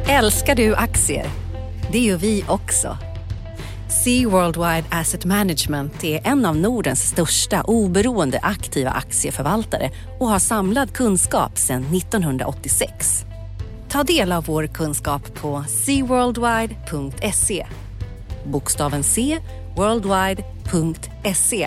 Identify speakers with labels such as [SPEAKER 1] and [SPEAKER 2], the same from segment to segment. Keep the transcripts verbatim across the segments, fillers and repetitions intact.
[SPEAKER 1] Älskar du aktier? Det gör vi också. Sea Worldwide Asset Management är en av Nordens största oberoende aktiva aktieförvaltare och har samlad kunskap sedan nittonhundraåttiosex. Ta del av vår kunskap på sea worldwide punkt se. Bokstaven C, worldwide punkt se.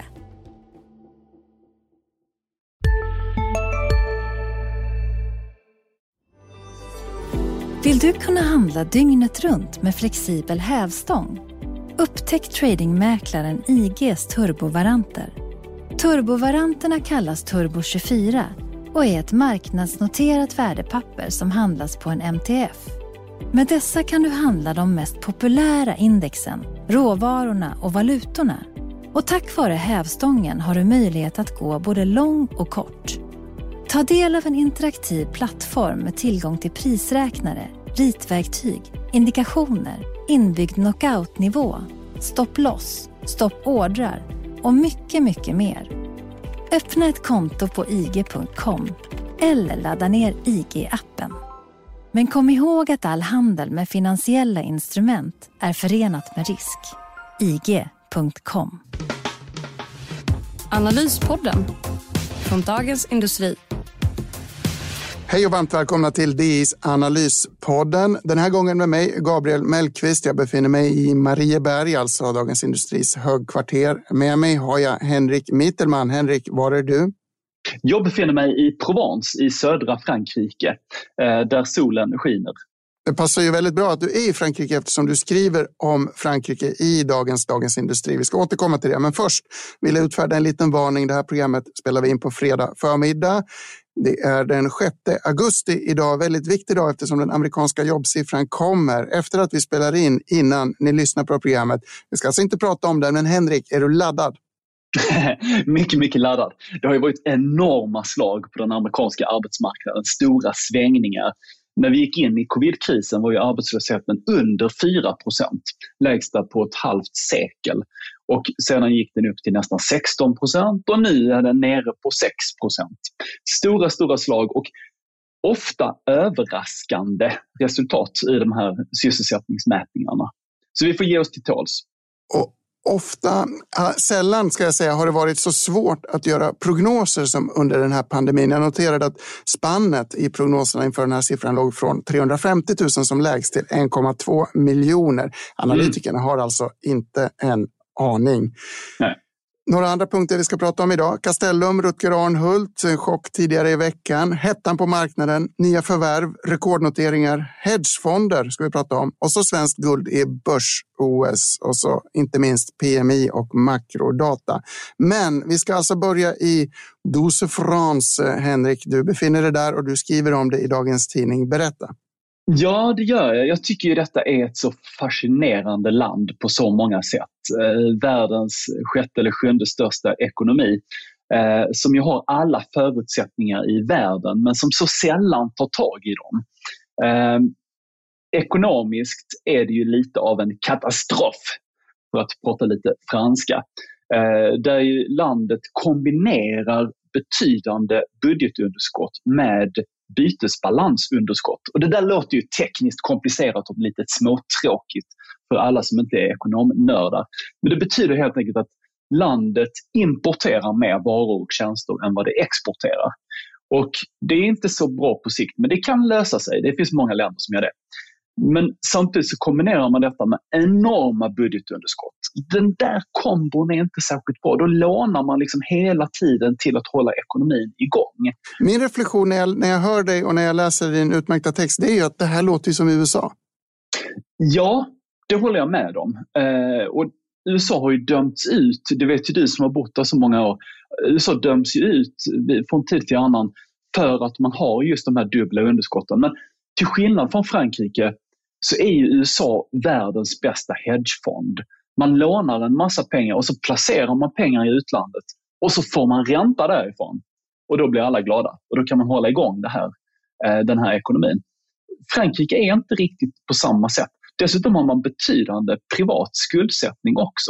[SPEAKER 2] Vill du kunna handla dygnet runt med flexibel hävstång? Upptäck tradingmäklaren I G:s turbovaranter. Turbovaranterna kallas Turbo tjugofyra och är ett marknadsnoterat värdepapper som handlas på en M T F. Med dessa kan du handla de mest populära indexen, råvarorna och valutorna. Och tack vare hävstången har du möjlighet att gå både lång och kort. Ta del av en interaktiv plattform med tillgång till prisräknare, ritverktyg, indikationer, inbyggd knockout-nivå, stopp-loss, stopp-ordrar och mycket, mycket mer. Öppna ett konto på i g punkt com eller ladda ner I G-appen. Men kom ihåg att all handel med finansiella instrument är förenat med risk. i g punkt com.
[SPEAKER 1] Analyspodden från Dagens Industri.
[SPEAKER 3] Hej och varmt välkomna till D I:s Analyspodden. Den här gången med mig, Gabriel Mellqvist. Jag befinner mig i Marieberg, alltså Dagens Industris högkvarter. Med mig har jag Henrik Mittelman. Henrik, var är du?
[SPEAKER 4] Jag befinner mig i Provence i södra Frankrike, där solen skiner.
[SPEAKER 3] Det passar ju väldigt bra att du är i Frankrike eftersom du skriver om Frankrike i dagens Dagens Industri. Vi ska återkomma till det, men först vill jag utfärda en liten varning. Det här programmet spelar vi in på fredag förmiddag. Det är den sjätte augusti idag, väldigt viktig dag eftersom den amerikanska jobbsiffran kommer efter att vi spelar in innan ni lyssnar på programmet. Vi ska alltså inte prata om den, men Henrik, är du laddad?
[SPEAKER 4] mycket, mycket laddad. Det har ju varit enorma slag på den amerikanska arbetsmarknaden, stora svängningar. När vi gick in i covidkrisen var ju arbetslösheten under fyra procent, lägsta på ett halvt sekel. Och sedan gick den upp till nästan sexton procent och nu är den nere på sex procent. Stora, stora slag och ofta överraskande resultat i de här sysselsättningsmätningarna. Så vi får ge oss till tåls.
[SPEAKER 3] Och ofta, sällan ska jag säga, har det varit så svårt att göra prognoser som under den här pandemin. Jag noterade att spannet i prognoserna inför den här siffran låg från trehundrafemtio tusen som lägst till en komma två miljoner. Analytikerna mm. har alltså inte en aning.
[SPEAKER 4] Nej.
[SPEAKER 3] Några andra punkter vi ska prata om idag. Castellum, Rutger Arnhult, en chock tidigare i veckan. Hettan på marknaden, nya förvärv, rekordnoteringar, hedgefonder ska vi prata om. Och så svenskt guld i börs-O S och så inte minst P M I och makrodata. Men vi ska alltså börja i Douce France. Henrik, du befinner dig där och du skriver om det i dagens tidning. Berätta.
[SPEAKER 4] Ja, det gör jag. Jag tycker ju detta är ett så fascinerande land på så många sätt. Eh, världens sjätte eller sjunde största ekonomi eh, som ju har alla förutsättningar i världen men som så sällan tar tag i dem. Eh, ekonomiskt är det ju lite av en katastrof, för att prata lite franska. Eh, där ju landet kombinerar betydande budgetunderskott med bytesbalansunderskott. Och det där låter ju tekniskt komplicerat och lite småtråkigt för alla som inte är ekonomnördar. Men det betyder helt enkelt att landet importerar mer varor och tjänster än vad det exporterar. Och det är inte så bra på sikt, men det kan lösa sig. Det finns många länder som gör det. Men samtidigt så kombinerar man detta med enorma budgetunderskott. Den där kombon är inte särskilt bra. Då lånar man liksom hela tiden till att hålla ekonomin igång.
[SPEAKER 3] Min reflektion när jag, när jag hör dig och när jag läser din utmärkta text, det är ju att det här låter som U S A.
[SPEAKER 4] Ja, det håller jag med om. Eh, och U S A har ju dömts ut, det vet ju du som har bott där så många år. U S A döms ju ut från tid till annan för att man har just de här dubbla underskotten. Men till skillnad från Frankrike så är ju U S A världens bästa hedgefond. Man lånar en massa pengar och så placerar man pengar i utlandet och så får man ränta därifrån. Och då blir alla glada och då kan man hålla igång det här, den här ekonomin. Frankrike är inte riktigt på samma sätt. Dessutom har man betydande privat skuldsättning också.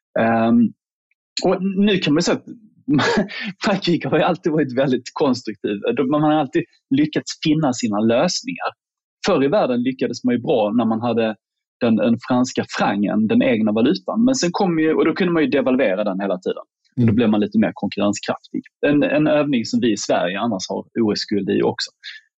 [SPEAKER 4] Och nu kan man säga att Frankrike har ju alltid varit väldigt konstruktiv. Man har alltid lyckats finna sina lösningar. Förr i världen lyckades man ju bra när man hade den, den franska frangen, den egna valutan. Men sen kom ju, och då kunde man ju devalvera den hela tiden. Mm. Då blev man lite mer konkurrenskraftig. En, en övning som vi i Sverige annars har O S-skuld i också.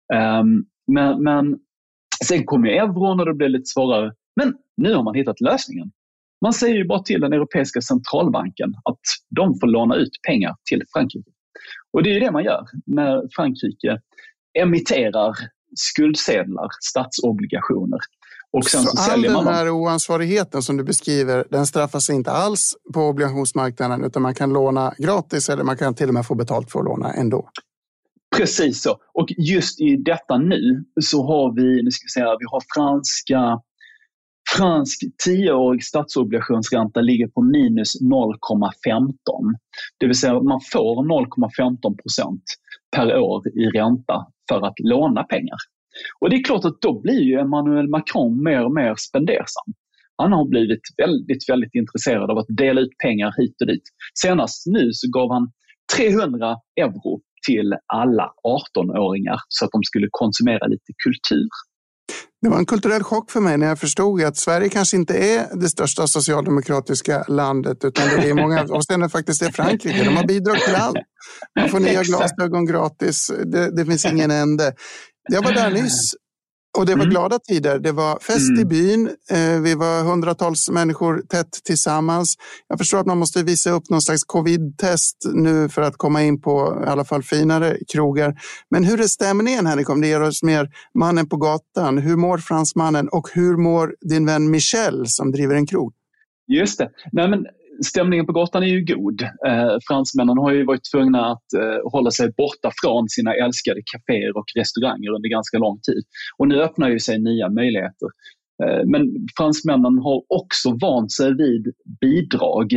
[SPEAKER 4] Um, men, men sen kom ju euron och det blev lite svårare. Men nu har man hittat lösningen. Man säger ju bara till den europeiska centralbanken att de får låna ut pengar till Frankrike. Och det är ju det man gör när Frankrike emitterar skuldsedlar, statsobligationer. Och sen så,
[SPEAKER 3] så
[SPEAKER 4] all
[SPEAKER 3] den
[SPEAKER 4] man
[SPEAKER 3] här dem. Oansvarigheten som du beskriver, den straffas inte alls på obligationsmarknaden, utan man kan låna gratis eller man kan till och med få betalt för att låna ändå.
[SPEAKER 4] Precis så. Och just i detta nu så har vi, nu ska vi säga, vi har franska fransk tioårig statsobligationsränta ligger på minus noll komma femton. Det vill säga man får noll komma femton procent per år i ränta för att låna pengar. Och det är klart att då blir ju Emmanuel Macron mer och mer spendersam. Han har blivit väldigt, väldigt intresserad av att dela ut pengar hit och dit. Senast nu så gav han trehundra euro till alla arton-åringar så att de skulle konsumera lite kultur.
[SPEAKER 3] Det var en kulturell chock för mig när jag förstod att Sverige kanske inte är det största socialdemokratiska landet, utan det är många avseenden faktiskt är Frankrike. De har bidrag till allt. Man får nya glasögon gratis. Det, det finns ingen ände. Jag var där nyss och det var
[SPEAKER 4] mm.
[SPEAKER 3] glada tider. Det var fest mm. i byn. Vi var hundratals människor tätt tillsammans. Jag förstår att man måste visa upp någon slags covid-test nu för att komma in på i alla fall finare krogar. Men hur är stämningen här? Kommer det ger oss mer mannen på gatan. Hur mår fransmannen och hur mår din vän Michel som driver en krog?
[SPEAKER 4] Just det. Nej, men stämningen på gatan är ju god. Eh, fransmännen har ju varit tvungna att eh, hålla sig borta från sina älskade kaféer och restauranger under ganska lång tid. Och nu öppnar ju sig nya möjligheter. Eh, men fransmännen har också vant sig vid bidrag.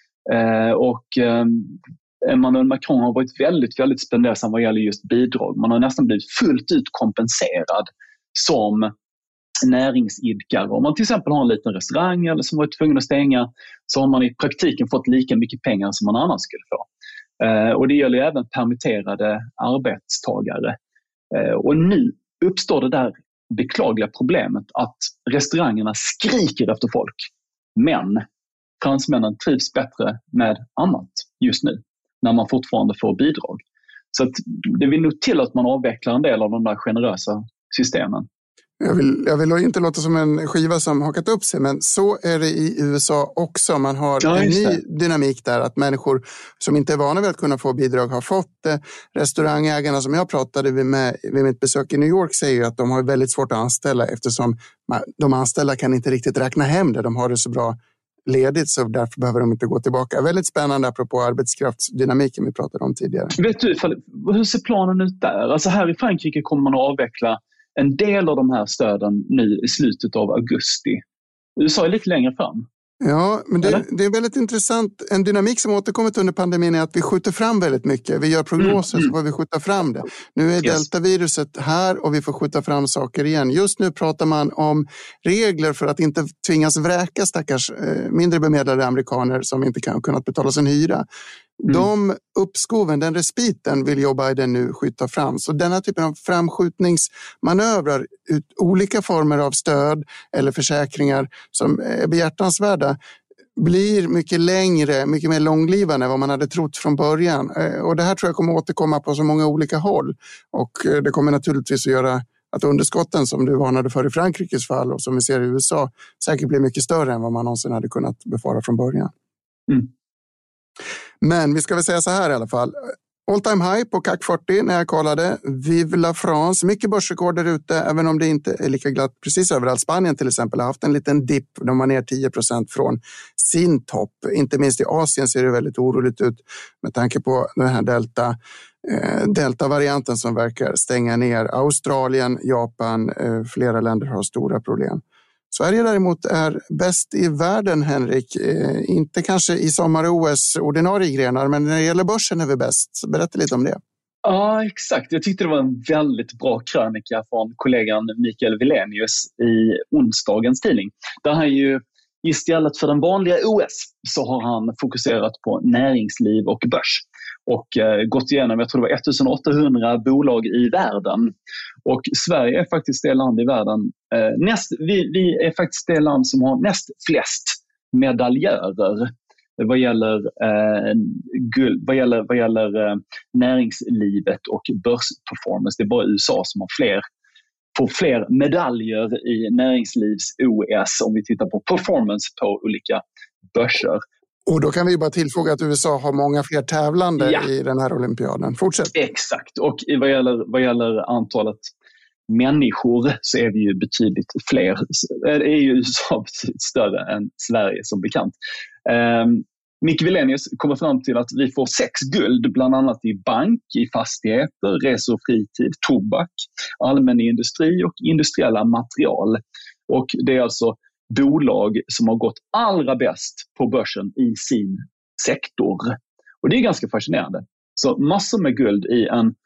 [SPEAKER 4] Eh, och eh, Emmanuel Macron har varit väldigt, väldigt spendersam vad gäller just bidrag. Man har nästan blivit fullt ut kompenserad som näringsidkare. Om man till exempel har en liten restaurang eller som varit tvungen att stänga, så har man i praktiken fått lika mycket pengar som man annars skulle få. Eh, och det gäller även permitterade arbetstagare. Eh, och nu uppstår det där beklagliga problemet att restaurangerna skriker efter folk. Men fransmännen trivs bättre med annat just nu när man fortfarande får bidrag. Så att det vill nog till att man avvecklar en del av de där generösa systemen.
[SPEAKER 3] Jag vill, jag vill inte låta som en skiva som hakat upp sig, men så är det i U S A också. Man har ja, en ny dynamik där, att människor som inte är vana vid att kunna få bidrag har fått det. Restaurangägarna som jag pratade med vid mitt besök i New York säger att de har väldigt svårt att anställa eftersom de anställda kan inte riktigt räkna hem det. De har det så bra ledigt så därför behöver de inte gå tillbaka. Väldigt spännande apropå arbetskraftsdynamiken vi pratade om tidigare. Vet
[SPEAKER 4] du, hur ser planen ut där? Alltså här i Frankrike kommer man att avveckla en del av de här stöden nu i slutet av augusti. U S A är lite längre fram.
[SPEAKER 3] Ja, men det, det är väldigt intressant. En dynamik som återkommit under pandemin är att vi skjuter fram väldigt mycket. Vi gör prognoser mm. så får vi skjuta fram det. Nu är yes. deltaviruset här och vi får skjuta fram saker igen. Just nu pratar man om regler för att inte tvingas vräka stackars eh, mindre bemedlade amerikaner som inte kan kunnat betala sin hyra. Mm. De uppskoven, den respiten vill Joe Biden nu skjuta fram. Så denna typen av framskjutningsmanövrar, ut olika former av stöd eller försäkringar som är behjärtansvärda, blir mycket längre, mycket mer långlivande än vad man hade trott från början. Och det här tror jag kommer återkomma på så många olika håll. Och det kommer naturligtvis att göra att underskotten som du varnade för i Frankrikes fall och som vi ser i U S A säkert blir mycket större än vad man någonsin hade kunnat befara från början.
[SPEAKER 4] Mm.
[SPEAKER 3] Men vi ska väl säga så här i alla fall. All time high på C A C fyrtio när jag kollade. Vive la France. Mycket börsrekord där ute, även om det inte är lika glatt precis överallt. Spanien till exempel har haft en liten dipp. De var ner tio procent från sin topp. Inte minst i Asien ser det väldigt oroligt ut med tanke på den här delta, eh, delta-varianten som verkar stänga ner. Australien, Japan, eh, flera länder har stora problem. Sverige däremot är bäst i världen, Henrik. Eh, inte kanske i sommar-O S ordinarie grenar, men när det gäller börsen är vi bäst. Berätta lite om det.
[SPEAKER 4] Ja, exakt. Jag tyckte det var en väldigt bra krönika från kollegan Mikael Wilenius i onsdagens tidning. Där han ju istället för den vanliga O S så har han fokuserat på näringsliv och börs. och eh, gått igenom, jag tror det var ettusenåttahundra bolag i världen. Och Sverige är faktiskt det land i världen, eh, näst, vi, vi är faktiskt det land som har näst flest medaljörer vad gäller, eh, guld, vad gäller, vad gäller eh, näringslivet och börsperformance. Det är bara U S A som har fler, får fler medaljer i näringslivs-O S om vi tittar på performance på olika börser.
[SPEAKER 3] Och då kan vi bara tillfoga att U S A har många fler tävlande ja. i den här olympiaden. Fortsätt.
[SPEAKER 4] Exakt, och vad gäller, vad gäller antalet människor så är vi ju betydligt fler. Det är ju U S A betydligt större än Sverige som bekant. Um, Micke Wallenius kommer fram till att vi får sex guld, bland annat i bank, i fastigheter, resor och fritid, tobak, allmän industri och industriella material. Och det är alltså bolag som har gått allra bäst på börsen i sin sektor. Och det är ganska fascinerande. Så massor med guld i, en,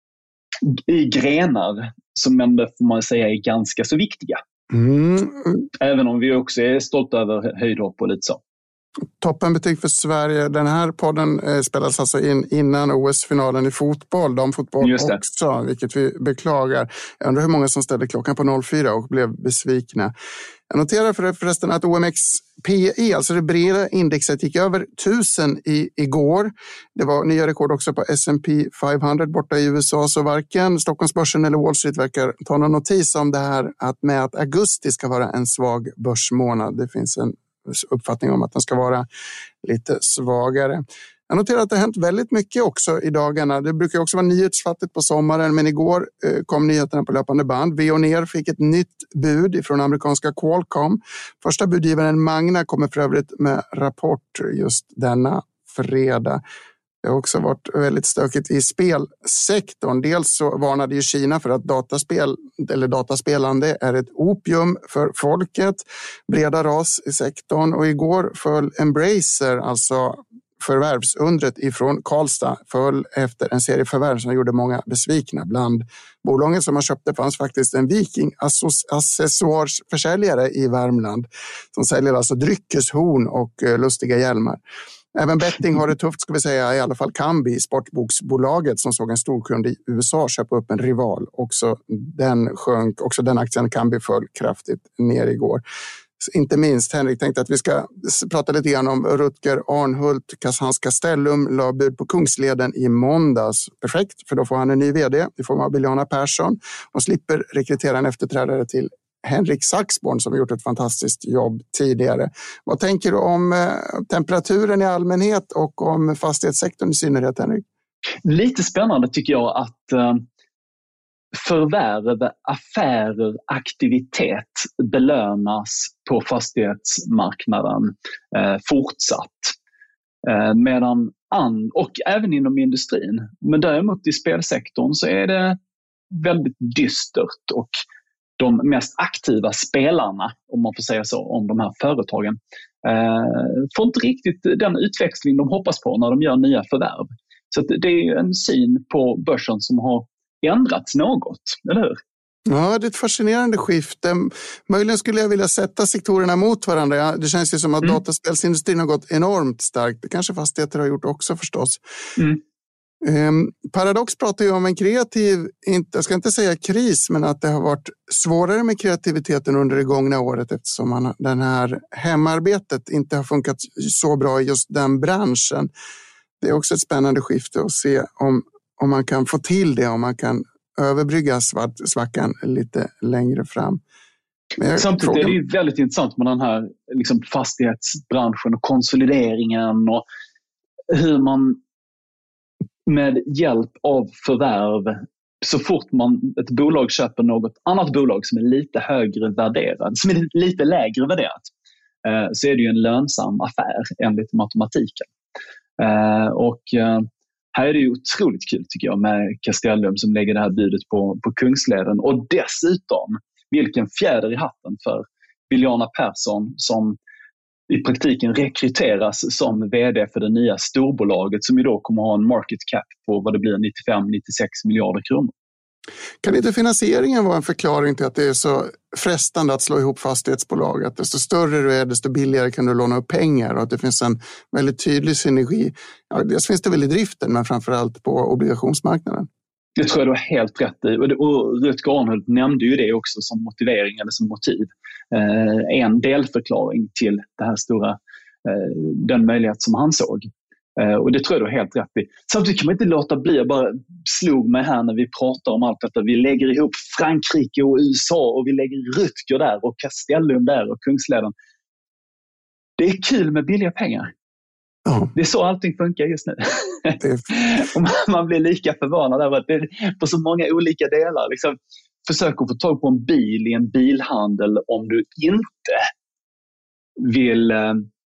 [SPEAKER 4] i grenar som ändå får man säga är ganska så viktiga. Mm. Även om vi också är stolta över höjdhopp och lite så.
[SPEAKER 3] Toppenbetyg för Sverige. Den här podden eh, spelas alltså in innan O S-finalen i fotboll. Damfotboll också, vilket vi beklagar. Jag undrar hur många som ställde klockan på noll fyra och blev besvikna. Jag noterar för förresten att O M X P E, alltså det breda indexet, gick över tusen i, igår. Det var nya rekord också på S and P femhundra borta i U S A, så varken Stockholmsbörsen eller Wall Street verkar ta någon notis om det här att med att augusti ska vara en svag börsmånad. Det finns en uppfattning om att den ska vara lite svagare. Jag noterar att det har hänt väldigt mycket också i dagarna. Det brukar också vara nyhetsfattigt på sommaren, men igår eh, kom nyheterna på löpande band. Veoneer fick ett nytt bud från amerikanska Qualcomm. Första budgivaren Magna kommer för övrigt med rapport just denna fredag. Det har också varit väldigt stökigt i spelsektorn. Dels så varnade ju Kina för att dataspel eller dataspelande är ett opium för folket. Breda ras i sektorn, och igår föll Embracer, alltså förvärvsundret ifrån Karlstad, föll efter en serie förvärv som gjorde många besvikna. Bland bolagen som man köpte fanns faktiskt en Viking accessoarsförsäljare i Värmland som säljer alltså dryckeshorn och lustiga hjälmar. Även betting har det tufft, ska vi säga, i alla fall Kambi, sportboksbolaget som såg en stor kund i U S A köpa upp en rival. Också den sjönk, också den aktien Kambi föll kraftigt ner igår. Så inte minst, Henrik, tänkte att vi ska prata lite grann om Rutger Arnhult. Hans Castellum la bud på Kungsleden i måndags. Perfekt, för då får han en ny vd i form av Biljana Persson och slipper rekrytera en efterträdare till Henrik Saxborn som har gjort ett fantastiskt jobb tidigare. Vad tänker du om eh, temperaturen i allmänhet och om fastighetssektorn i synnerhet, Henrik?
[SPEAKER 4] Lite spännande tycker jag att eh, förvärv, affärer, aktivitet belönas på fastighetsmarknaden eh, fortsatt. Eh, medan an, och även inom industrin. Men däremot i spelsektorn så är det väldigt dystert, och de mest aktiva spelarna, om man får säga så, om de här företagen eh, får inte riktigt den utväxling de hoppas på när de gör nya förvärv. Så att det är en syn på börsen som har ändrats något, eller hur?
[SPEAKER 3] Ja, det är ett fascinerande skifte. Möjligen skulle jag vilja sätta sektorerna mot varandra. Det känns ju som att mm. dataspelsindustrin har gått enormt starkt. Det kanske fastigheter har gjort också förstås. Mm. Um, Paradox pratar ju om en kreativ, inte, jag ska inte säga kris, men att det har varit svårare med kreativiteten under det gångna året eftersom man, den här hemarbetet inte har funkat så bra i just den branschen. Det är också ett spännande skifte att se om, om man kan få till det, om man kan överbrygga svart, svackan lite längre fram.
[SPEAKER 4] Samtidigt frågan... är det ju väldigt intressant med den här liksom, fastighetsbranschen och konsolideringen och hur man med hjälp av förvärv, så fort man ett bolag köper något annat bolag som är lite högre värderat, som är lite lägre värderat, eh, så är det ju en lönsam affär enligt matematiken. Eh, och eh, här är det ju otroligt kul tycker jag med Castellum som lägger det här budet på, på Kungsleden, och dessutom vilken fjäder i hatten för Biljana Persson som i praktiken rekryteras som vd för det nya storbolaget som ju då kommer ha en market cap på vad det blir nittiofem till nittiosex miljarder kronor.
[SPEAKER 3] Kan inte finansieringen vara en förklaring till att det är så frestande att slå ihop fastighetsbolag? Att desto större du är, desto billigare kan du låna upp pengar och att det finns en väldigt tydlig synergi. Ja, dels finns det väl i driften, men framförallt på obligationsmarknaden.
[SPEAKER 4] Det tror jag du har helt rätt i. Och, det, och Rutger Arnhult nämnde ju det också som motivering eller som motiv. Eh, en delförklaring till det här stora, eh, den möjlighet som han såg. Eh, och det tror jag du har helt rätt i. Samtidigt kan man inte låta bli, jag bara slog mig här när vi pratar om allt detta. Vi lägger ihop Frankrike och U S A och vi lägger Rutger där och Castellum där och Kungsleden. Det är kul med billiga pengar.
[SPEAKER 3] Ja.
[SPEAKER 4] Det är så allting funkar just nu. Och man blir lika förvånad över att det är på så många olika delar. Liksom, försök att få tag på en bil i en bilhandel om du inte vill eh,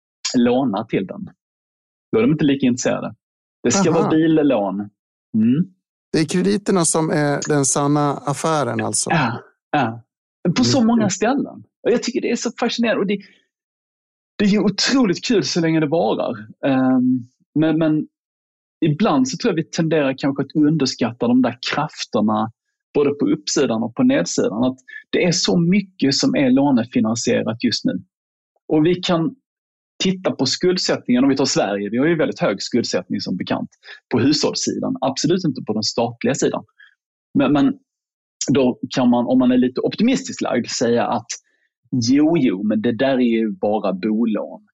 [SPEAKER 4] låna till den. Då är de inte lika intresserade. Det ska Aha. vara billån. Mm.
[SPEAKER 3] Det är krediterna som är den sanna affären alltså.
[SPEAKER 4] Ja, ja. På så många ställen. Och jag tycker det är så fascinerande. Och det, det är ju otroligt kul så länge det varar. Um, men, men ibland så tror jag vi tenderar kanske att underskatta de där krafterna både på uppsidan och på nedsidan. Att det är så mycket som är lånefinansierat just nu. Och vi kan titta på skuldsättningen, om vi tar Sverige, vi har ju väldigt hög skuldsättning som bekant på hushållssidan, absolut inte på den statliga sidan. Men, men då kan man, om man är lite optimistisk lagd, säga att jo, jo, men det där är ju bara bolån.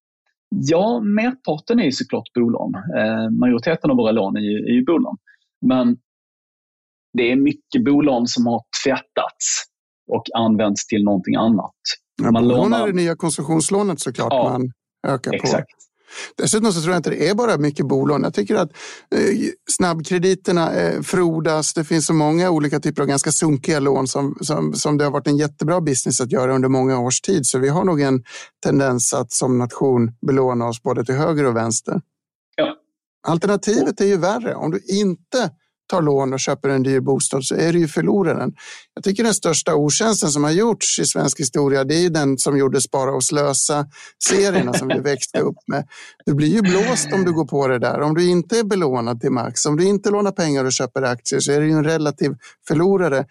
[SPEAKER 4] Ja, merparten är ju såklart bolån. Eh, majoriteten av våra lån är ju, är ju bolån. Men det är mycket bolån som har tvättats och använts till någonting annat.
[SPEAKER 3] Ja, man lånar det nya konsumtionslånet såklart. Ja. Man ökar
[SPEAKER 4] Exakt.
[SPEAKER 3] på. Dessutom så tror jag inte det är bara mycket bolån. Jag tycker att eh, snabbkrediterna eh, frodas. Det finns så många olika typer av ganska sunkiga lån som, som, som det har varit en jättebra business att göra under många års tid. Så vi har nog en tendens att som nation belåna oss både till höger och vänster.
[SPEAKER 4] Ja.
[SPEAKER 3] Alternativet är ju värre. Om du inte tar lån och köper en dyr bostad så är det ju förloraren. Jag tycker den största otjänsten som har gjorts i svensk historia, det är ju den som gjorde Spara och slösa serierna som vi växte upp med. Du blir ju blåst om du går på det där. Om du inte är belånad till max, om du inte lånar pengar och köper aktier, så är det ju en relativ förlorare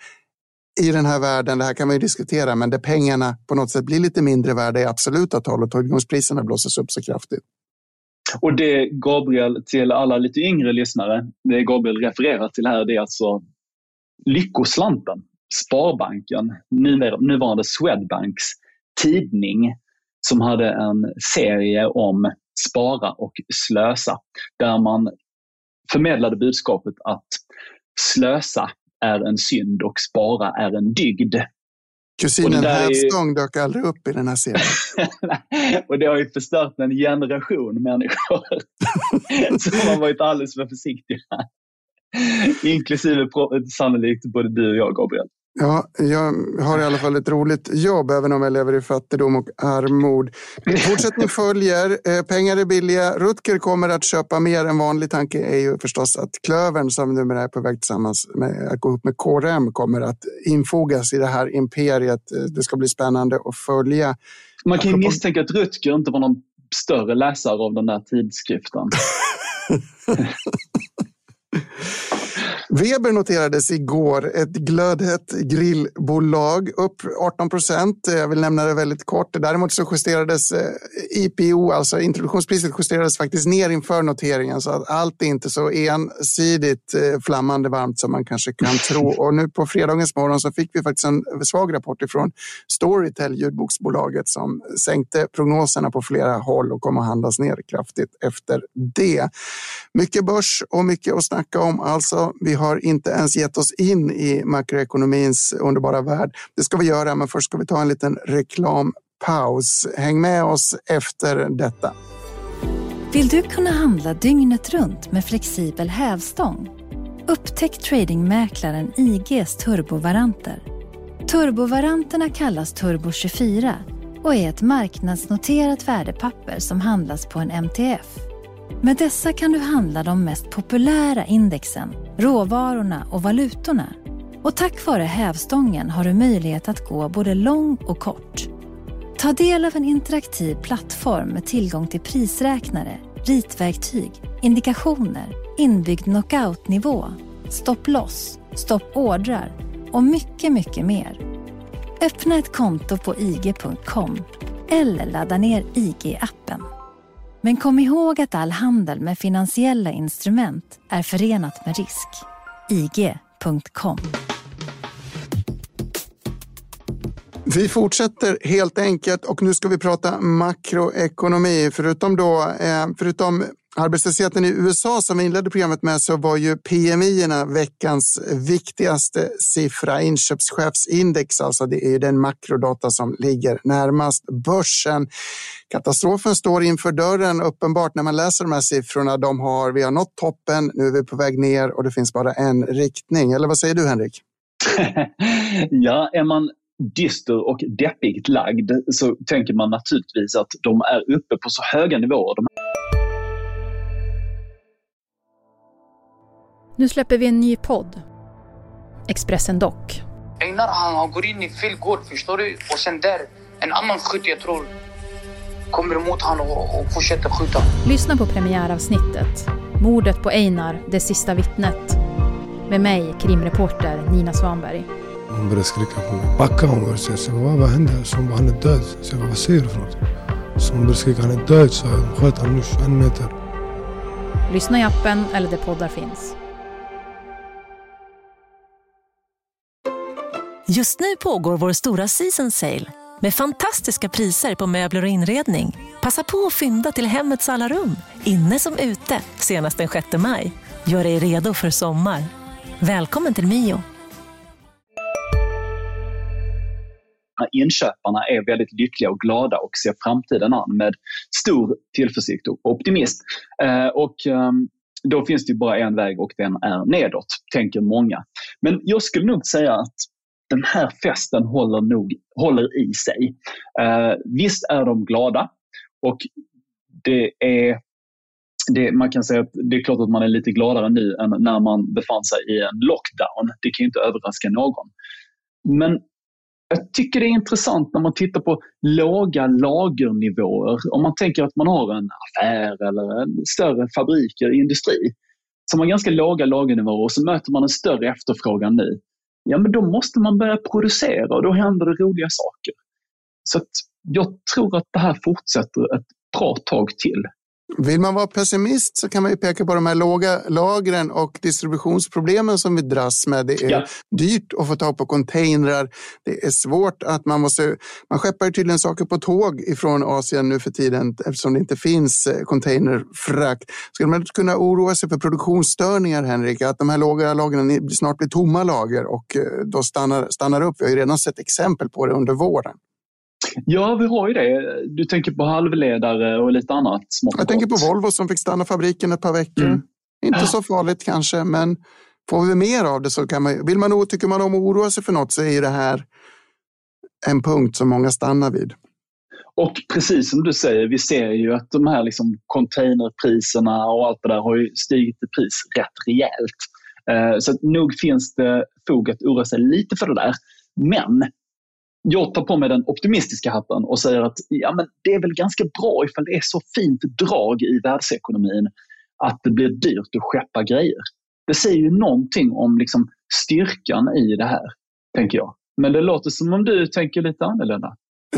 [SPEAKER 3] i den här världen. Det här kan man ju diskutera, men där pengarna på något sätt blir lite mindre värda i absoluta tal och tillgångspriserna blåses upp så kraftigt.
[SPEAKER 4] Och det Gabriel, till alla lite yngre lyssnare, det Gabriel refererar till här, det är alltså Lyckoslanten, Sparbanken, nuvarande Swedbanks tidning, som hade en serie om spara och slösa, där man förmedlade budskapet att slösa är en synd och spara är en dygd.
[SPEAKER 3] Kusinen Hävstång är... dök aldrig upp i den här serien.
[SPEAKER 4] Och det har ju förstört en generation människor som har varit alldeles för försiktiga. Inklusive sannolikt både du och jag, Gabriel.
[SPEAKER 3] Ja, jag har i alla fall ett roligt jobb även om jag lever i fattigdom och armod. Fortsättning följer, pengar är billiga. Rutger kommer att köpa mer än vanlig. Tanke är ju förstås att Klövern, som numera är på väg tillsammans med att gå upp med K R M, kommer att infogas i det här imperiet. Det ska bli spännande att följa.
[SPEAKER 4] Man kan ju misstänka att Rutger inte var någon större läsare av den här tidskriften.
[SPEAKER 3] Weber noterades igår, ett glödhett grillbolag, upp arton procent. Jag vill nämna det väldigt kort. Däremot så justerades I P O, alltså introduktionspriset, justerades faktiskt ner inför noteringen, så att allt är inte så ensidigt flammande varmt som man kanske kan tro. Och nu på fredagens morgon så fick vi faktiskt en svag rapport ifrån Storytel, ljudboksbolaget, som sänkte prognoserna på flera håll och kommer att handlas ner kraftigt efter det. Mycket börs och mycket att snacka om alltså. Vi har inte ens gett oss in i makroekonomins underbara värld. Det ska vi göra, men först ska vi ta en liten reklampaus. Häng med oss efter detta.
[SPEAKER 2] Vill du kunna handla dygnet runt med flexibel hävstång? Upptäck tradingmäklaren I G:s turbovaranter. Turbovaranterna kallas Turbo tjugofyra och är ett marknadsnoterat värdepapper som handlas på en M T F. Med dessa kan du handla de mest populära indexen, råvarorna och valutorna. Och tack vare hävstången har du möjlighet att gå både lång och kort. Ta del av en interaktiv plattform med tillgång till prisräknare, ritverktyg, indikationer, inbyggd knockoutnivå, stopp-loss, stopp ordrar och mycket, mycket mer. Öppna ett konto på I G punkt com eller ladda ner I G-appen. Men kom ihåg att all handel med finansiella instrument är förenat med risk. I G punkt com.
[SPEAKER 3] Vi fortsätter helt enkelt och nu ska vi prata makroekonomi. Förutom då, eh, förutom arbetslösheten i U S A som vi inledde programmet med, så var ju P M I-erna veckans viktigaste siffra. Inköpschefsindex, alltså det är ju den makrodata som ligger närmast börsen. Katastrofen står inför dörren uppenbart när man läser de här siffrorna. De har, vi har nått toppen, nu är vi på väg ner och det finns bara en riktning. Eller vad säger du, Henrik?
[SPEAKER 4] Ja, är man dyster och deppigt lagd så tänker man naturligtvis att de är uppe på så höga nivåer. De...
[SPEAKER 5] Nu släpper vi en ny podd. Expressen Dock.
[SPEAKER 6] Einar, han går in i fel gård, förstår du? Och sen där, en annan skytt, jag tror, kommer emot han och, och fortsätter skjuta.
[SPEAKER 5] Lyssna på premiäravsnittet. Mordet på Einar, det sista vittnet. Med mig, krimreporter Nina Svanberg.
[SPEAKER 7] Hon började skrika på mig. Backa, hon började säga. Så vad, vad hände? Så hon bara, han är död. Så jag bara, vad säger du för något? Så hon började skrika, han är död. Så jag sköt han nu en meter.
[SPEAKER 5] Lyssna i appen eller där poddar finns.
[SPEAKER 8] Just nu pågår vår stora season sale med fantastiska priser på möbler och inredning. Passa på att fynda till hemmets alla rum, inne som ute, senast den sjätte maj. Gör dig redo för sommar. Välkommen till Mio.
[SPEAKER 4] Inköparna är väldigt lyckliga och glada och ser framtiden an med stor tillförsikt och optimism. Eh, och eh, då finns det ju bara en väg och den är nedåt, tänker många. Men jag skulle nog säga att den här festen håller, nog, håller i sig. Eh, visst är de glada och det är, det, man kan säga att det är klart att man är lite gladare nu än när man befann sig i en lockdown. Det kan ju inte överraska någon. Men jag tycker det är intressant när man tittar på låga lagernivåer. Om man tänker att man har en affär eller en större fabrik eller industri som har ganska låga lagernivåer och så möter man en större efterfrågan nu. Ja, men då måste man börja producera och då händer det roliga saker. Så att jag tror att det här fortsätter ett bra tag till.
[SPEAKER 3] Vill man vara pessimist så kan man ju peka på de här låga lagren och distributionsproblemen som vi dras med. Det är ja. dyrt att få tag på containrar. Det är svårt att man måste... Man skeppar ju tydligen saker på tåg ifrån Asien nu för tiden eftersom det inte finns containerfrakt. Skulle man kunna oroa sig för produktionsstörningar, Henrik? Att de här låga lagren snart blir tomma lager och då stannar, stannar upp. Vi har ju redan sett exempel på det under våren.
[SPEAKER 4] Ja, vi har ju det. Du tänker på halvledare och lite annat smått.
[SPEAKER 3] Jag tänker på Volvo som fick stanna fabriken ett par veckor. Mm. Inte så farligt kanske, men får vi mer av det så kan man... Vill man, tycker man om att oroa sig för något så är det här en punkt som många stannar vid.
[SPEAKER 4] Och precis som du säger, vi ser ju att de här liksom containerpriserna och allt det där har ju stigit i pris rätt rejält. Så att nog finns det fog att oroa sig lite för det där. Men jag tar på mig den optimistiska hatten och säger att ja, men det är väl ganska bra ifall det är så fint drag i världsekonomin att det blir dyrt att skeppa grejer. Det säger ju någonting om liksom styrkan i det här, tänker jag. Men det låter som om du tänker lite annorlunda.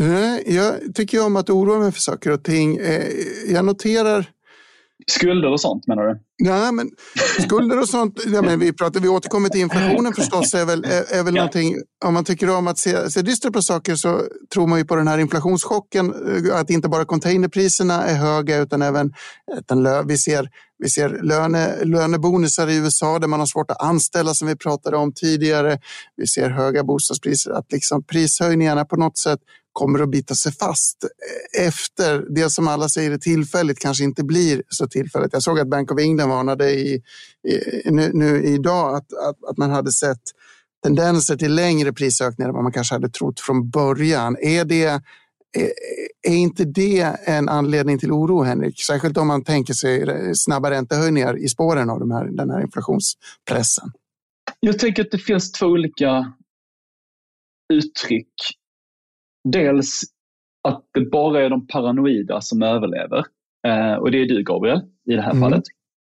[SPEAKER 3] Jag tycker om att oroa mig för saker och ting. Jag noterar...
[SPEAKER 4] Skulder och sånt, menar du?
[SPEAKER 3] Ja, men skulder och sånt, ja, men vi pratar, vi återkommer till inflationen förstås, är väl, är, är väl ja. någonting, om man tycker om att se, se dystra på saker så tror man ju på den här inflationschocken, att inte bara containerpriserna är höga utan även utan lö, vi ser, vi ser löne, lönebonusar i U S A där man har svårt att anställa som vi pratade om tidigare. Vi ser höga bostadspriser, att liksom prishöjningarna på något sätt kommer att bita sig fast efter det som alla säger är tillfälligt kanske inte blir så tillfälligt. Jag såg att Bank of England varnade i, i, nu, nu idag att, att, att man hade sett tendenser till längre prisökningar än vad man kanske hade trott från början. Är, det, är, är inte det en anledning till oro, Henrik? Särskilt om man tänker sig snabba räntehöjningar i spåren av de här, den här inflationspressen.
[SPEAKER 4] Jag tänker att det finns två olika uttryck. Dels att det bara är de paranoida som överlever. Eh, och det är du, Gabriel, i det här mm. fallet.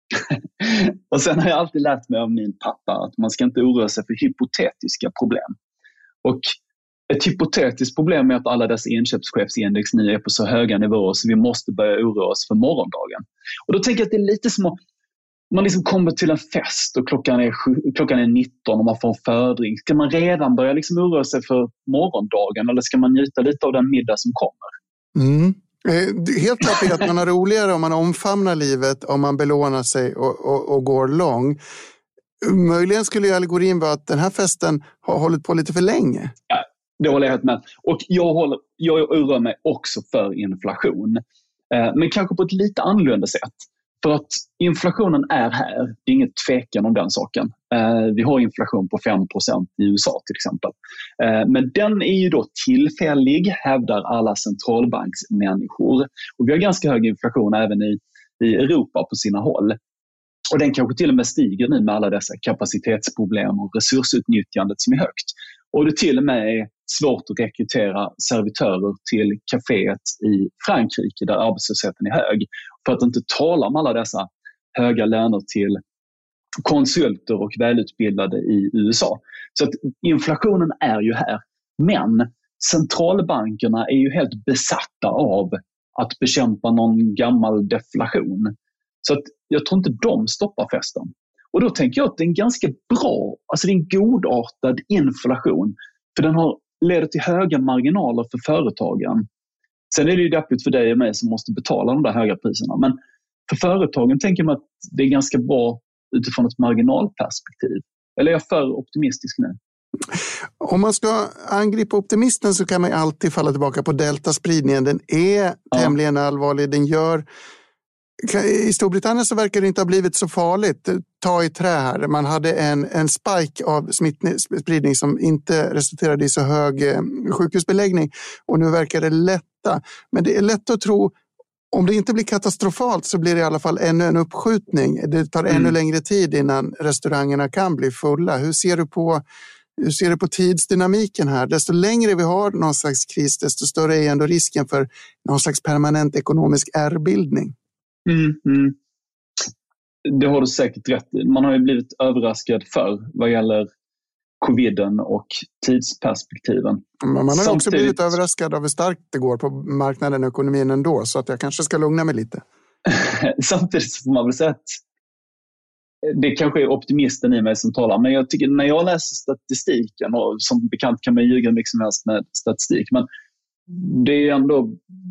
[SPEAKER 4] Och sen har jag alltid lärt mig av min pappa att man ska inte oroa sig för hypotetiska problem. Och ett hypotetiskt problem är att alla dessa inköpschefsindex nu är på så höga nivåer så vi måste börja oroa oss för morgondagen. Och då tänker jag att det är lite som att man liksom kommer till en fest och klockan är, klockan är nitton och man får en fördrink. Ska man redan börja liksom oroa sig för morgondagen eller ska man njuta lite av den middag som kommer?
[SPEAKER 3] Mm. Helt klart är att man har roligare om man omfamnar livet, om man belånar sig och, och, och går lång. Möjligen skulle ju allegorin vara att den här festen har hållit på lite för länge.
[SPEAKER 4] Ja, det håller jag helt med. Och jag, håller, jag oroar mig också för inflation. Eh, men kanske på ett lite annorlunda sätt. För att inflationen är här, det är inget tvekan om den saken. Eh, vi har inflation på fem procent i U S A till exempel. Eh, men den är ju då tillfällig, hävdar alla centralbanksmänniskor. Och vi har ganska hög inflation även i, i Europa på sina håll. Och den kanske till och med stiger nu med alla dessa kapacitetsproblem och resursutnyttjandet som är högt. Och det till och med är svårt att rekrytera servitörer till kaféet i Frankrike där arbetslösheten är hög. För att inte tala om alla dessa höga löner till konsulter och välutbildade i U S A. Så att inflationen är ju här. Men centralbankerna är ju helt besatta av att bekämpa någon gammal deflation. Så att jag tror inte de stoppar festen. Och då tänker jag att det är en ganska bra, alltså det är en godartad inflation. För den har leder till höga marginaler för företagen. Sen är det ju deppigt för dig och mig som måste betala de där höga priserna. Men för företagen tänker man att det är ganska bra utifrån ett marginalperspektiv. Eller är jag för optimistisk nu?
[SPEAKER 3] Om man ska angripa optimisten så kan man alltid falla tillbaka på deltaspridningen. Den är ja. tämligen allvarlig. Den gör... I Storbritannien så verkar det inte ha blivit så farligt. Ta i trä här. Man hade en, en spike av smittspridning som inte resulterade i så hög sjukhusbeläggning. Och nu verkar det lätta. Men det är lätt att tro, om det inte blir katastrofalt så blir det i alla fall ännu en uppskjutning. Det tar mm. ännu längre tid innan restaurangerna kan bli fulla. Hur ser du på, hur ser du på tidsdynamiken här? Desto längre vi har någon slags kris, desto större är ändå risken för någon slags permanent ekonomisk ärrbildning.
[SPEAKER 4] Mm, mm. Det har du säkert rätt i. Man har ju blivit överraskad för vad gäller coviden och tidsperspektiven.
[SPEAKER 3] Men man har
[SPEAKER 4] Samtidigt...
[SPEAKER 3] också blivit överraskad av hur starkt det går på marknaden och ekonomin ändå, så att jag kanske ska lugna mig lite.
[SPEAKER 4] Samtidigt får man väl säga att det kanske är optimisten i mig som talar, men jag tycker när jag läser statistiken, och som bekant kan man ljuga mycket som helst med statistik, men det är ändå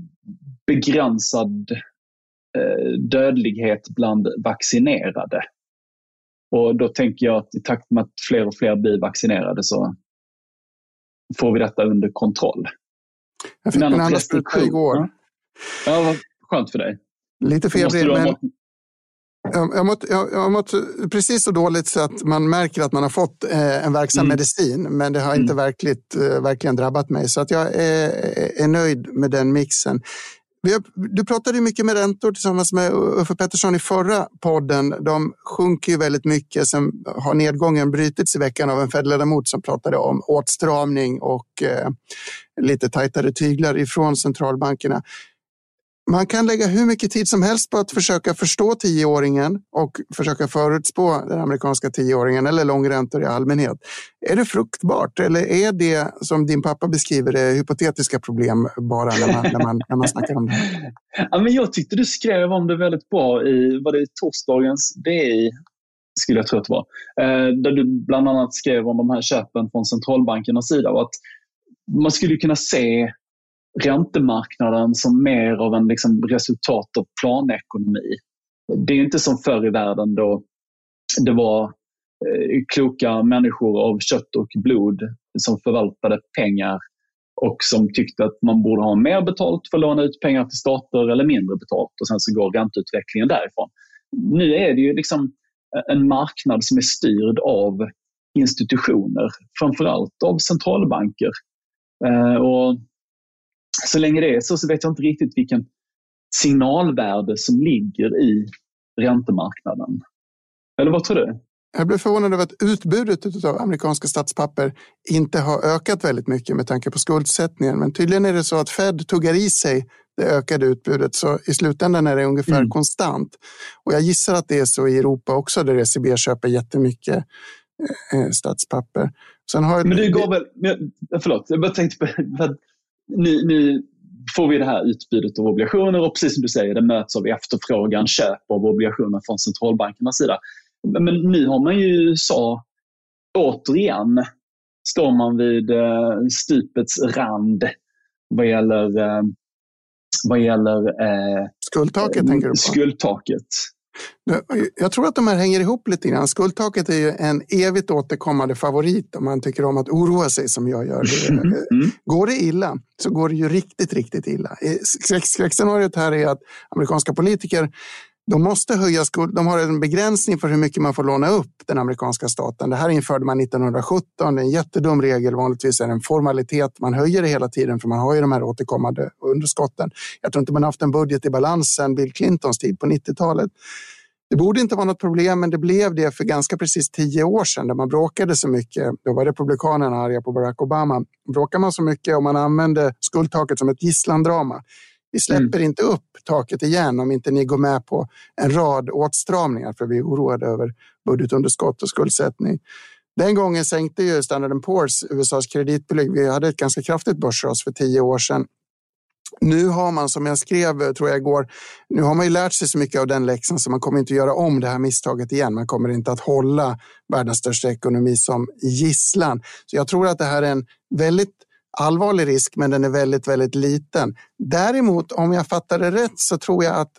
[SPEAKER 4] begränsad dödlighet bland vaccinerade. Och då tänker jag att i takt med att fler och fler blir vaccinerade så får vi detta under kontroll.
[SPEAKER 3] Jag fick en annan spruta igår.
[SPEAKER 4] Ja, vad skönt för dig.
[SPEAKER 3] Lite febrig, men mått... jag, jag, mått, jag, jag mått precis så dåligt så att man märker att man har fått eh, en verksam mm. medicin, men det har mm. inte verkligt, eh, verkligen drabbat mig. Så att jag är, är nöjd med den mixen. Du pratade mycket med räntor tillsammans med Uffe Pettersson i förra podden. De sjunker ju väldigt mycket. Sen har nedgången brutits i veckan av en Fed-ledamot som pratade om åtstramning och eh, lite tajtare tyglar ifrån centralbankerna. Man kan lägga hur mycket tid som helst på att försöka förstå tioåringen och försöka förutspå den amerikanska tioåringen eller långräntor i allmänhet. Är det fruktbart eller är det, som din pappa beskriver det, hypotetiska problem bara när man, när man, när man snackar om det?
[SPEAKER 4] Ja, men jag tyckte du skrev om det väldigt bra i, var det i torsdagens D I, skulle jag tro att det var, eh, där du bland annat skrev om de här köpen från centralbankernas sida och att man skulle kunna se räntemarknaden som mer av en liksom resultat av planekonomi. Det är inte som förr i världen då det var eh, kloka människor av kött och blod som förvaltade pengar och som tyckte att man borde ha mer betalt för att låna ut pengar till stater eller mindre betalt och sen så går ränteutvecklingen därifrån. Nu är det ju liksom en marknad som är styrd av institutioner, framförallt av centralbanker. Eh, och så länge det är så, så vet jag inte riktigt vilken signalvärde som ligger i räntemarknaden. Eller vad tror du?
[SPEAKER 3] Jag blev förvånad över att utbudet av amerikanska statspapper inte har ökat väldigt mycket med tanke på skuldsättningen. Men tydligen är det så att Fed tuggar i sig det ökade utbudet, så i slutändan är det ungefär mm. konstant. Och jag gissar att det är så i Europa också, där E C B köper jättemycket eh, statspapper. Sen har
[SPEAKER 4] men det gav väl, förlåt, jag bara tänkte på, nu, nu får vi det här utbudet av obligationer och precis som du säger, det möts av efterfrågan, köp av obligationer från centralbankernas sida. Men nu har man ju U S A återigen, står man vid eh, stupets rand vad gäller eh, vad gäller eh,
[SPEAKER 3] skuldtaket, eh, tänker du på?
[SPEAKER 4] Skuldtaket.
[SPEAKER 3] Jag tror att de här hänger ihop lite grann. Skuldtaket är ju en evigt återkommande favorit om man tycker om att oroa sig som jag gör. Det, mm. Går det illa så går det ju riktigt, riktigt illa. Skräckscenariot här är att amerikanska politiker, de måste höja skuld. De har en begränsning för hur mycket man får låna upp den amerikanska staten. Det här införde man nittonhundrasjutton. Det är en jättedum regel. Vanligtvis är det en formalitet. Man höjer det hela tiden för man har ju de här återkommande underskotten. Jag tror inte man har haft en budget i balans sedan Bill Clintons tid på nittiotalet. Det borde inte vara något problem, men det blev det för ganska precis tio år sedan där man bråkade så mycket. Då var republikanerna arga på Barack Obama. Bråkar man så mycket och man använde skuldtaket som ett gisslandrama. Vi släpper mm. inte upp taket igen om inte ni går med på en rad åtstramningar, för vi är oroade över budgetunderskott och skuldsättning. Den gången sänkte ju Standard and Poor's U S A:s kreditbelägg. Vi hade ett ganska kraftigt börsras för tio år sedan. Nu har man, som jag skrev tror jag igår, nu har man ju lärt sig så mycket av den läxan så man kommer inte göra om det här misstaget igen. Man kommer inte att hålla världens största ekonomi som gisslan. Så jag tror att det här är en väldigt allvarlig risk, men den är väldigt, väldigt liten. Däremot, om jag fattar det rätt, så tror jag att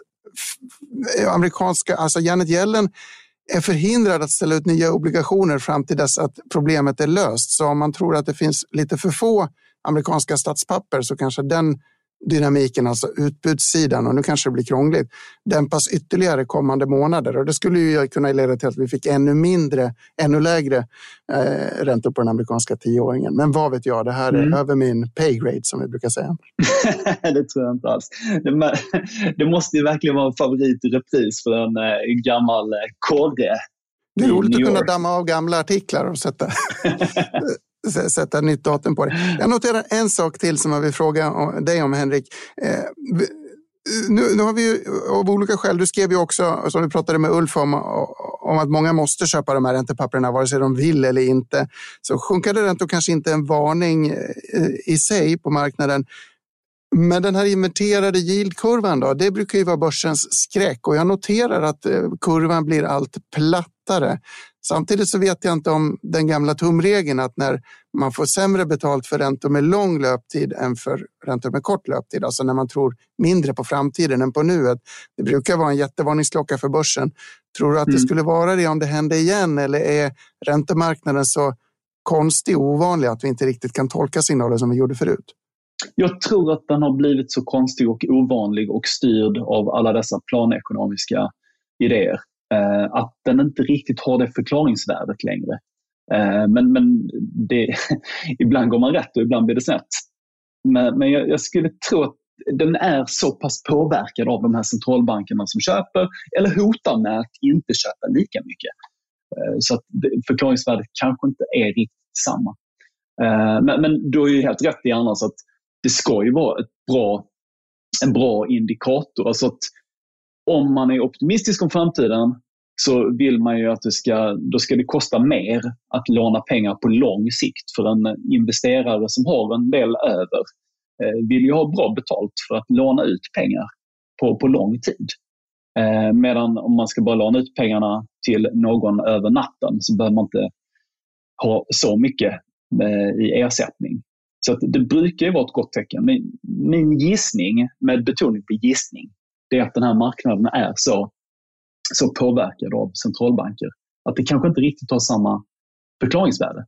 [SPEAKER 3] amerikanska, alltså Janet Yellen är förhindrad att ställa ut nya obligationer fram till dess att problemet är löst. Så om man tror att det finns lite för få amerikanska statspapper så kanske den dynamiken, alltså utbudssidan, och nu kanske det blir krångligt, dämpas ytterligare kommande månader. Och det skulle ju kunna leda till att vi fick ännu mindre, ännu lägre eh, räntor på den amerikanska tioåringen. Men vad vet jag, det här är mm. över min pay grade som vi brukar säga.
[SPEAKER 4] Det tror jag inte alls. Det, det måste ju verkligen vara en favorit i repris för en eh, gammal eh, korre.
[SPEAKER 3] Det är roligt att kunna damma av gamla artiklar och sätta... sätta nytt datum på det. Jag noterar en sak till som jag vill fråga dig om, Henrik. Eh, nu, nu har vi ju av olika skäl, du skrev ju också, som du pratade med Ulf om, om att många måste köpa de här räntepapperna vare sig de vill eller inte. Så sjunkade räntor kanske inte en varning i sig på marknaden. Men den här inverterade yieldkurvan då, det brukar ju vara börsens skräck, och jag noterar att kurvan blir allt plattare. Samtidigt så vet jag inte om den gamla tumregeln att när man får sämre betalt för räntor med lång löptid än för räntor med kort löptid, alltså när man tror mindre på framtiden än på nuet, det brukar vara en jättevarningsklocka för börsen. Tror du att det mm. skulle vara det om det hände igen, eller är räntemarknaden så konstig och ovanlig att vi inte riktigt kan tolka signaler som vi gjorde förut?
[SPEAKER 4] Jag tror att den har blivit så konstig och ovanlig och styrd av alla dessa planekonomiska idéer. Eh, att den inte riktigt har det förklaringsvärdet längre. Eh, men men det, ibland går man rätt och ibland blir det snett. Men, men jag, jag skulle tro att den är så pass påverkad av de här centralbankerna som köper eller hotar med att inte köpa lika mycket. Eh, så att förklaringsvärdet kanske inte är riktigt samma. Eh, men, men du är ju helt rätt i annars att det ska ju vara ett bra, en bra indikator. Alltså att om man är optimistisk om framtiden så vill man ju att det ska, då ska det kosta mer att låna pengar på lång sikt, för en investerare som har en del över eh, vill ju ha bra betalt för att låna ut pengar på, på lång tid. Eh, medan om man ska bara låna ut pengarna till någon över natten så behöver man inte ha så mycket eh, i ersättning. Så att det brukar ju vara ett gott tecken. Min, min gissning, med betoning på gissning, det är att den här marknaden är så, så påverkad av centralbanker att det kanske inte riktigt har samma förklaringsvärde.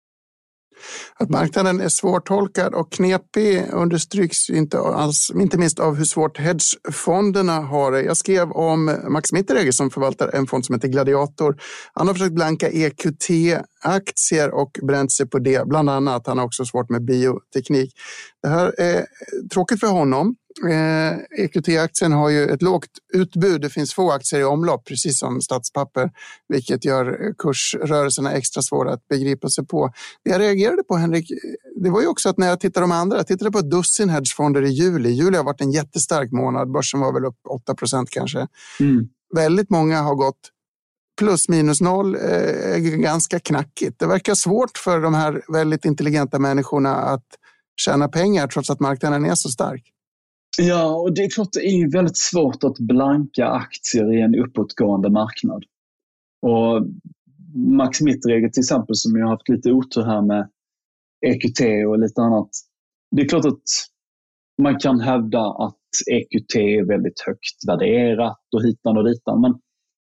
[SPEAKER 3] Att marknaden är svårtolkad och knepig understryks inte alls, inte minst av hur svårt hedgefonderna har det. Jag skrev om Max Mitterregger som förvaltar en fond som heter Gladiator. Han har försökt blanka E Q T-aktier och bränt sig på det. Bland annat, han har också svårt med bioteknik. Det här är tråkigt för honom. Eh, E Q T-aktien har ju ett lågt utbud. Det finns få aktier i omlopp, precis som statspapper, vilket gör kursrörelserna extra svåra att begripa sig på. Det jag reagerade på, Henrik, det var ju också att när jag tittade på de andra, jag tittade på ett dussin hedgefonder i juli. Juli har varit en jättestark månad. Börsen var väl upp åtta procent kanske. Mm. Väldigt många har gått plus minus noll, är ganska knackigt. Det verkar svårt för de här väldigt intelligenta människorna att tjäna pengar trots att marknaden är så stark.
[SPEAKER 4] Ja, och det är klart det är väldigt svårt att blanka aktier i en uppåtgående marknad. Och Max Mittregger till exempel, som jag har haft lite otur här med E Q T och lite annat. Det är klart att man kan hävda att E Q T är väldigt högt värderat och hitan och ditan. Men,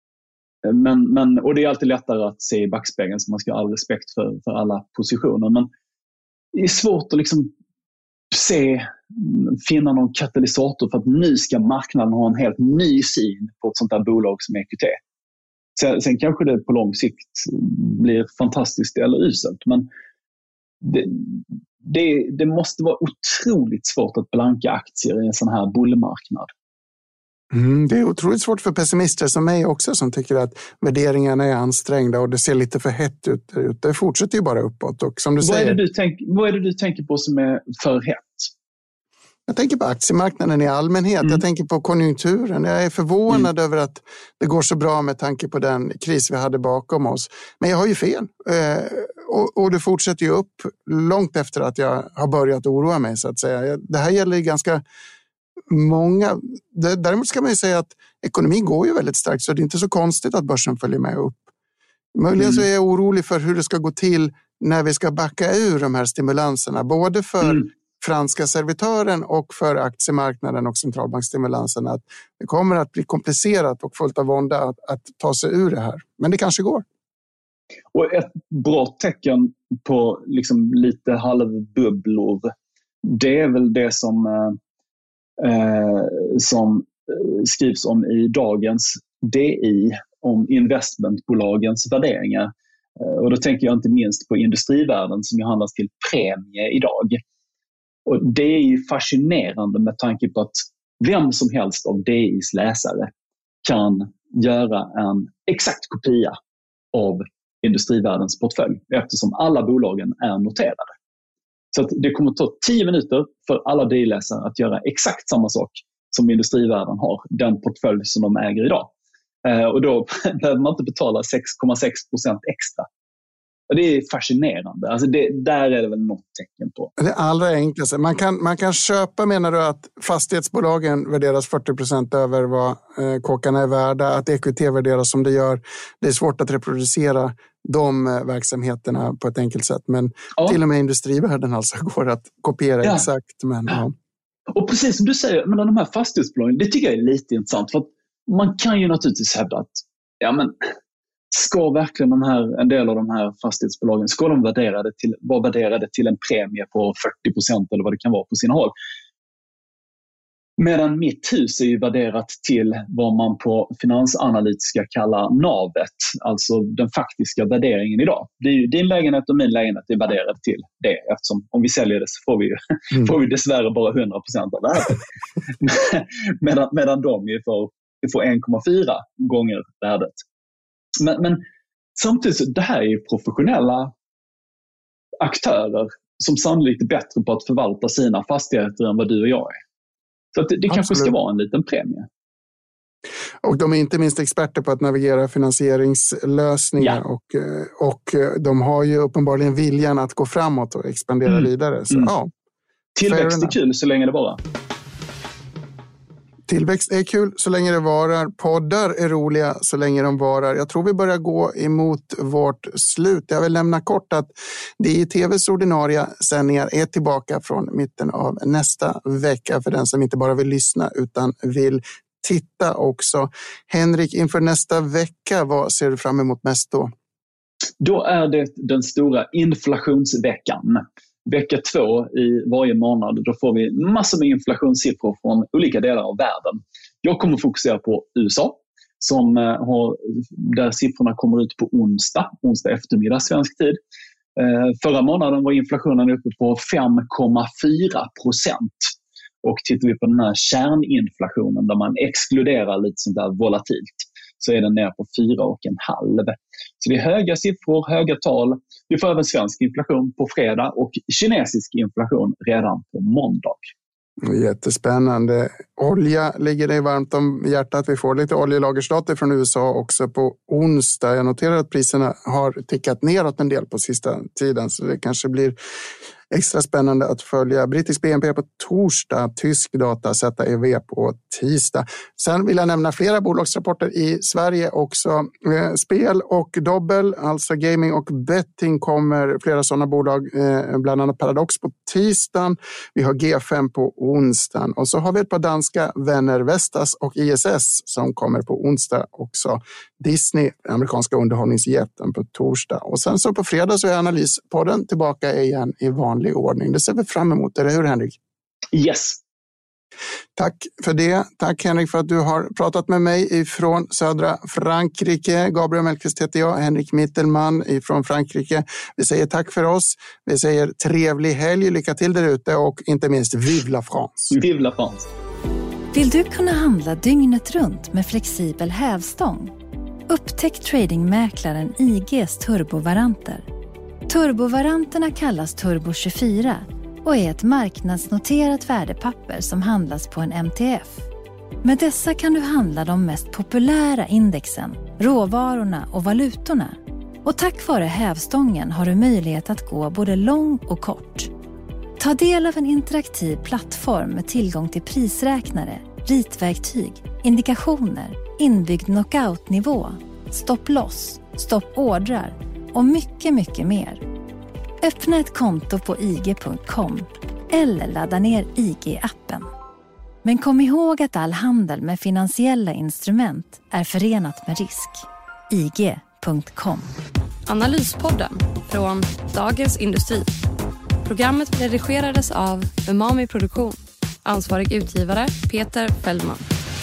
[SPEAKER 4] men, men, och det är alltid lättare att se i backspegeln, så man ska ha all respekt för, för alla positioner. Men det är svårt att liksom se, finna någon katalysator för att nu ska marknaden ha en helt ny syn på ett sånt där bolag som E Q T. Sen, sen kanske det på lång sikt blir fantastiskt eller uselt, men det, det, det måste vara otroligt svårt att blanka aktier i en sån här bullmarknad.
[SPEAKER 3] Mm, det är otroligt svårt för pessimister som mig också, som tycker att värderingarna är ansträngda och det ser lite för hett ut. Det fortsätter ju bara uppåt. Och som du
[SPEAKER 4] vad,
[SPEAKER 3] säger,
[SPEAKER 4] är det du tänk, vad är det du tänker på som är för hett?
[SPEAKER 3] Jag tänker på aktiemarknaden i allmänhet. Mm. Jag tänker på konjunkturen. Jag är förvånad mm. över att det går så bra med tanke på den kris vi hade bakom oss. Men jag har ju fel. Eh, och, och det fortsätter ju upp långt efter att jag har börjat oroa mig, så att säga. Det här gäller ganska många. Däremot ska man ju säga att ekonomin går ju väldigt starkt, så det är inte så konstigt att börsen följer med upp. Möjligen mm. så är jag orolig för hur det ska gå till när vi ska backa ur de här stimulanserna. Både för mm. franska servitören och för aktiemarknaden och centralbankstimulanserna. Att det kommer att bli komplicerat och fullt av vånda att, att ta sig ur det här. Men det kanske går.
[SPEAKER 4] Och ett bra tecken på liksom lite halvbubblor, det är väl det som, eh, som skrivs om i dagens D I om investmentbolagens värderingar. Och då tänker jag inte minst på industrivärden som ju handlas till premie idag. Och det är ju fascinerande med tanke på att vem som helst av D Is läsare kan göra en exakt kopia av industrivärdens portfölj, eftersom alla bolagen är noterade. Så att det kommer att ta tio minuter för alla D I-läsare att göra exakt samma sak som industrivärden har, den portfölj som de äger idag. Eh, och då behöver man inte betala sex komma sex procent extra. Och det är fascinerande. Alltså det, där är det väl något tecken på.
[SPEAKER 3] Det allra enklaste. Man kan, man kan köpa, menar du, att fastighetsbolagen värderas fyrtio procent över vad eh, kåkarna är värda, att E Q T värderas som det gör. Det är svårt att reproducera de eh, verksamheterna på ett enkelt sätt. Men ja. Till och med industrivärden alltså går att kopiera ja. exakt. Men, ja.
[SPEAKER 4] Och precis som du säger, men de här fastighetsbolagen, det tycker jag är lite intressant. För att man kan ju naturligtvis hävda att ja, men ska verkligen de här, en del av de här fastighetsbolagen, ska de värderade till, vara värderade till en premie på fyrtio procent eller vad det kan vara på sina håll? Medan mitt hus är ju värderat till vad man på finansanalytiska kallar navet, alltså den faktiska värderingen idag. Det är ju din lägenhet och min lägenhet är värderad till det, eftersom om vi säljer det så får vi ju mm. får vi dessvärre bara hundra procent av värdet. medan, medan de ju får, får en komma fyra gånger värdet. Men, men samtidigt, det här är ju professionella aktörer som sannolikt är bättre på att förvalta sina fastigheter än vad du och jag är. Så att det, det kanske ska vara en liten premie.
[SPEAKER 3] Och de är inte minst experter på att navigera finansieringslösningar. Ja. Och, och de har ju uppenbarligen viljan att gå framåt och expandera mm. vidare. Så, mm. ja,
[SPEAKER 4] tillväxt är kul så länge det bara.
[SPEAKER 3] Tillväxt är kul så länge det varar. Poddar är roliga så länge de varar. Jag tror vi börjar gå emot vårt slut. Jag vill nämna kort att det i T V:s ordinarie sändningar är tillbaka från mitten av nästa vecka för den som inte bara vill lyssna utan vill titta också. Henrik, inför nästa vecka, vad ser du fram emot mest då?
[SPEAKER 4] Då är det den stora inflationsveckan. Vecka två i varje månad, då får vi massor med inflationssiffror från olika delar av världen. Jag kommer fokusera på U S A, som har, där siffrorna kommer ut på onsdag, onsdag eftermiddag svensk tid. Förra månaden var inflationen uppe på fem komma fyra procent. Och tittar vi på den här kärninflationen där man exkluderar lite sånt där volatilt, så är den ner på fyra och en halv. Så det är höga siffror, höga tal. Vi får även svensk inflation på fredag och kinesisk inflation redan på måndag.
[SPEAKER 3] Jättespännande. Olja ligger det varmt om hjärtat. Vi får lite oljelagerstater från U S A också på onsdag. Jag noterar att priserna har tickat neråt en del på sista tiden, så det kanske blir extra spännande att följa. Brittisk B N P på torsdag, tysk data, Z E V på tisdag. Sen vill jag nämna flera bolagsrapporter i Sverige också. Eh, spel och dobbel, alltså gaming och betting, kommer flera sådana bolag, eh, bland annat Paradox på tisdagen. Vi har G fem på onsdagen och så har vi ett par danska vänner, Vestas och I S S, som kommer på onsdag också. Disney, amerikanska underhållningsjätten, på torsdag. Och sen så på fredag så är Analyspodden tillbaka igen i vanlig ordning. Det ser vi fram emot, eller hur Henrik?
[SPEAKER 4] Yes.
[SPEAKER 3] Tack för det. Tack Henrik för att du har pratat med mig ifrån södra Frankrike. Gabriel Mellqvist heter jag, Henrik Mittelman ifrån Frankrike. Vi säger tack för oss. Vi säger trevlig helg, lycka till där ute och inte minst Vive la France.
[SPEAKER 4] Vive la France.
[SPEAKER 2] Vill du kunna handla dygnet runt med flexibel hävstång? Upptäck tradingmäklaren I G:s turbovaranter. Turbovaranterna kallas Turbo tjugofyra och är ett marknadsnoterat värdepapper som handlas på en M T F. Med dessa kan du handla de mest populära indexen, råvarorna och valutorna. Och tack vare hävstången har du möjlighet att gå både lång och kort. Ta del av en interaktiv plattform med tillgång till prisräknare, ritverktyg, indikationer, inbyggd knockout-nivå, stopp-loss, stopp-ordrar och mycket, mycket mer. Öppna ett konto på I G punkt com eller ladda ner I G-appen. Men kom ihåg att all handel med finansiella instrument är förenat med risk. I G punkt com.
[SPEAKER 9] Analyspodden från Dagens Industri. Programmet redigerades av Umami Produktion. Ansvarig utgivare Peter Fällman.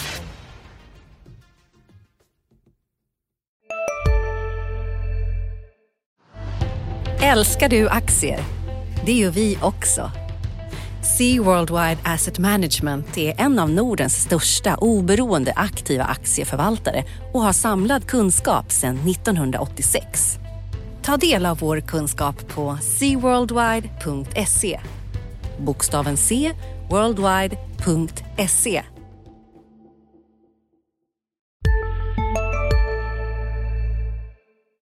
[SPEAKER 1] Älskar du aktier? Det gör vi också. Sea Worldwide Asset Management är en av Nordens största oberoende aktiva aktieförvaltare och har samlad kunskap sedan nittonhundraåttiosex. Ta del av vår kunskap på sea worldwide punkt se. Bokstaven C, worldwide punkt se.